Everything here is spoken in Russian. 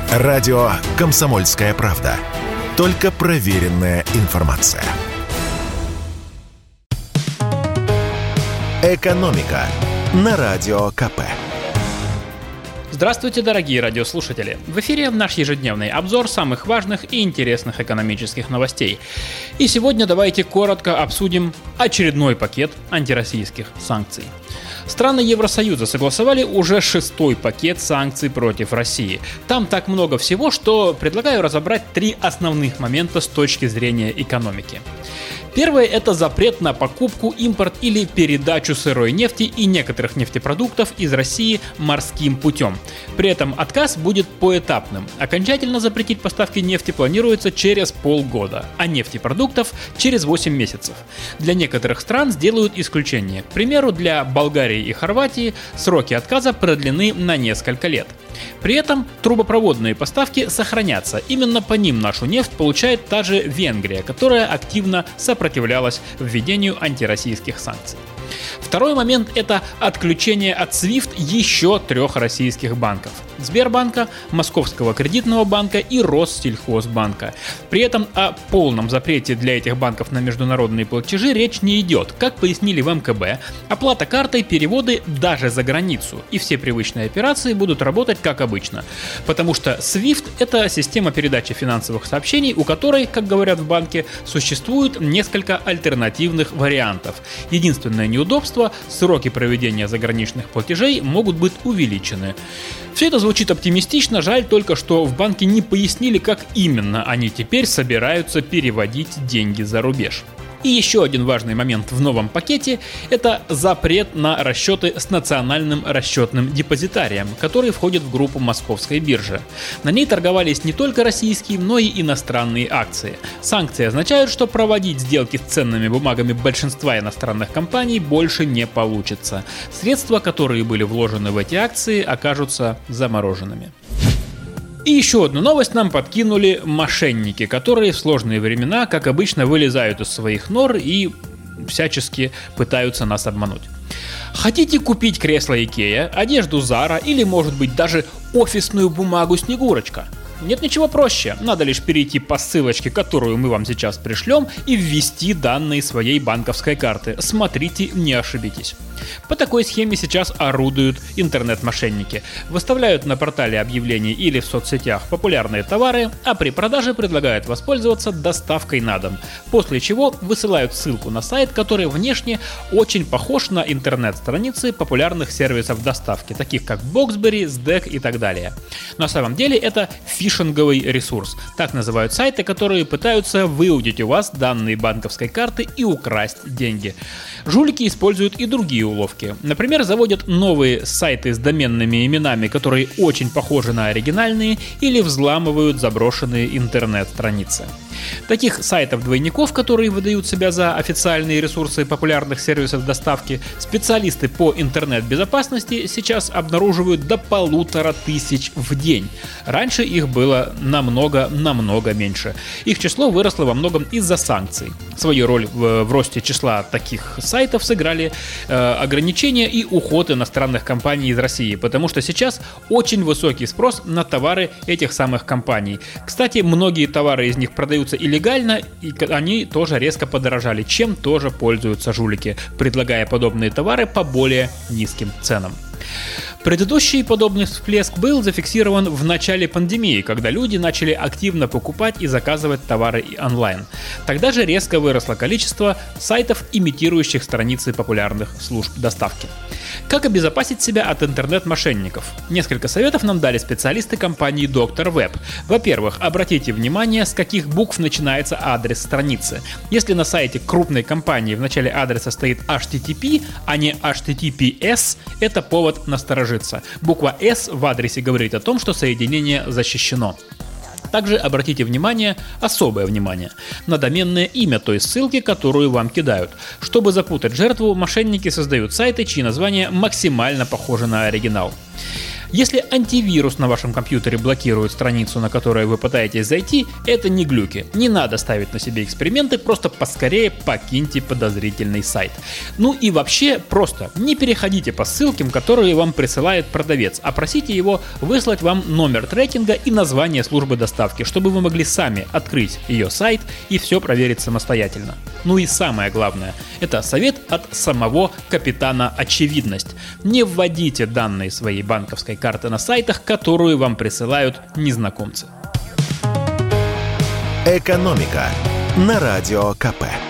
Радио «Комсомольская правда». Только проверенная информация. «Экономика» на Радио КП. Здравствуйте, дорогие радиослушатели! В эфире наш ежедневный обзор самых важных и интересных экономических новостей. И сегодня давайте коротко обсудим очередной пакет антироссийских санкций. Страны Евросоюза согласовали уже 6-й пакет санкций против России. Там так много всего, что предлагаю разобрать 3 основных момента с точки зрения экономики. Первое – это запрет на покупку, импорт или передачу сырой нефти и некоторых нефтепродуктов из России морским путем. При этом отказ будет поэтапным. Окончательно запретить поставки нефти планируется через полгода, а нефтепродуктов – через 8 месяцев. Для некоторых стран сделают исключение. К примеру, для Болгарии и Хорватии сроки отказа продлены на несколько лет. При этом трубопроводные поставки сохранятся. Именно по ним нашу нефть получает та же Венгрия, которая активно сопротивлялась введению антироссийских санкций. Второй момент – это отключение от SWIFT еще 3 российских банков – Сбербанка, Московского кредитного банка и Россельхозбанка. При этом о полном запрете для этих банков на международные платежи речь не идет. Как пояснили в МКБ, оплата картой, переводы даже за границу и все привычные операции будут работать как обычно. Потому что SWIFT – это система передачи финансовых сообщений, у которой, как говорят в банке, существует несколько альтернативных вариантов. Единственное неудобство – сроки проведения заграничных платежей могут быть увеличены. Все это звучит оптимистично, жаль только, что в банке не пояснили, как именно они теперь собираются переводить деньги за рубеж. И еще один важный момент в новом пакете – это запрет на расчеты с национальным расчетным депозитарием, который входит в группу Московской биржи. На ней торговались не только российские, но и иностранные акции. Санкции означают, что проводить сделки с ценными бумагами большинства иностранных компаний больше не получится. Средства, которые были вложены в эти акции, окажутся замороженными. И еще одну новость нам подкинули мошенники, которые в сложные времена, как обычно, вылезают из своих нор и всячески пытаются нас обмануть. Хотите купить кресло Икеа, одежду Зара или, может быть, даже офисную бумагу Снегурочка? Нет ничего проще, надо лишь перейти по ссылочке, которую мы вам сейчас пришлем, и ввести данные своей банковской карты. Смотрите, не ошибитесь. По такой схеме сейчас орудуют интернет-мошенники. Выставляют на портале объявлений или в соцсетях популярные товары, а при продаже предлагают воспользоваться доставкой на дом. После чего высылают ссылку на сайт, который внешне очень похож на интернет-страницы популярных сервисов доставки, таких как Boxberry, SDEC и так далее. На самом деле это фишинговый ресурс. Так называют сайты, которые пытаются выудить у вас данные банковской карты и украсть деньги. Жулики используют и другие уловки. Например, заводят новые сайты с доменными именами, которые очень похожи на оригинальные, или взламывают заброшенные интернет-страницы. Таких сайтов-двойников, которые выдают себя за официальные ресурсы популярных сервисов доставки, специалисты по интернет-безопасности сейчас обнаруживают до 1500 в день. Раньше их было намного меньше. Их число выросло во многом из-за санкций. Свою роль в росте числа таких сайтов сыграли ограничения и уход иностранных компаний из России, потому что сейчас очень высокий спрос на товары этих самых компаний. Кстати, многие товары из них продаются илlegально, и они тоже резко подорожали, чем тоже пользуются жулики, предлагая подобные товары по более низким ценам. Предыдущий подобный всплеск был зафиксирован в начале пандемии, когда люди начали активно покупать и заказывать товары онлайн. Тогда же резко выросло количество сайтов, имитирующих страницы популярных служб доставки. Как обезопасить себя от интернет-мошенников? Несколько советов нам дали специалисты компании Dr. Web. Во-первых, обратите внимание, с каких букв начинается адрес страницы. Если на сайте крупной компании в начале адреса стоит HTTP, а не HTTPS, это повод насторожиться. Буква S в адресе говорит о том, что соединение защищено. Также обратите особое внимание на доменное имя той ссылки, которую вам кидают. Чтобы запутать жертву, мошенники создают сайты, чьи названия максимально похожи на оригинал. Если антивирус на вашем компьютере блокирует страницу, на которую вы пытаетесь зайти, это не глюки. Не надо ставить на себе эксперименты, просто поскорее покиньте подозрительный сайт. Ну и вообще, просто не переходите по ссылкам, которые вам присылает продавец, а просите его выслать вам номер трекинга и название службы доставки, чтобы вы могли сами открыть ее сайт и все проверить самостоятельно. Ну и самое главное, это совет от самого капитана Очевидность. Не вводите данные своей банковской карты на сайтах, которую вам присылают незнакомцы. «Экономика» на Радио КП.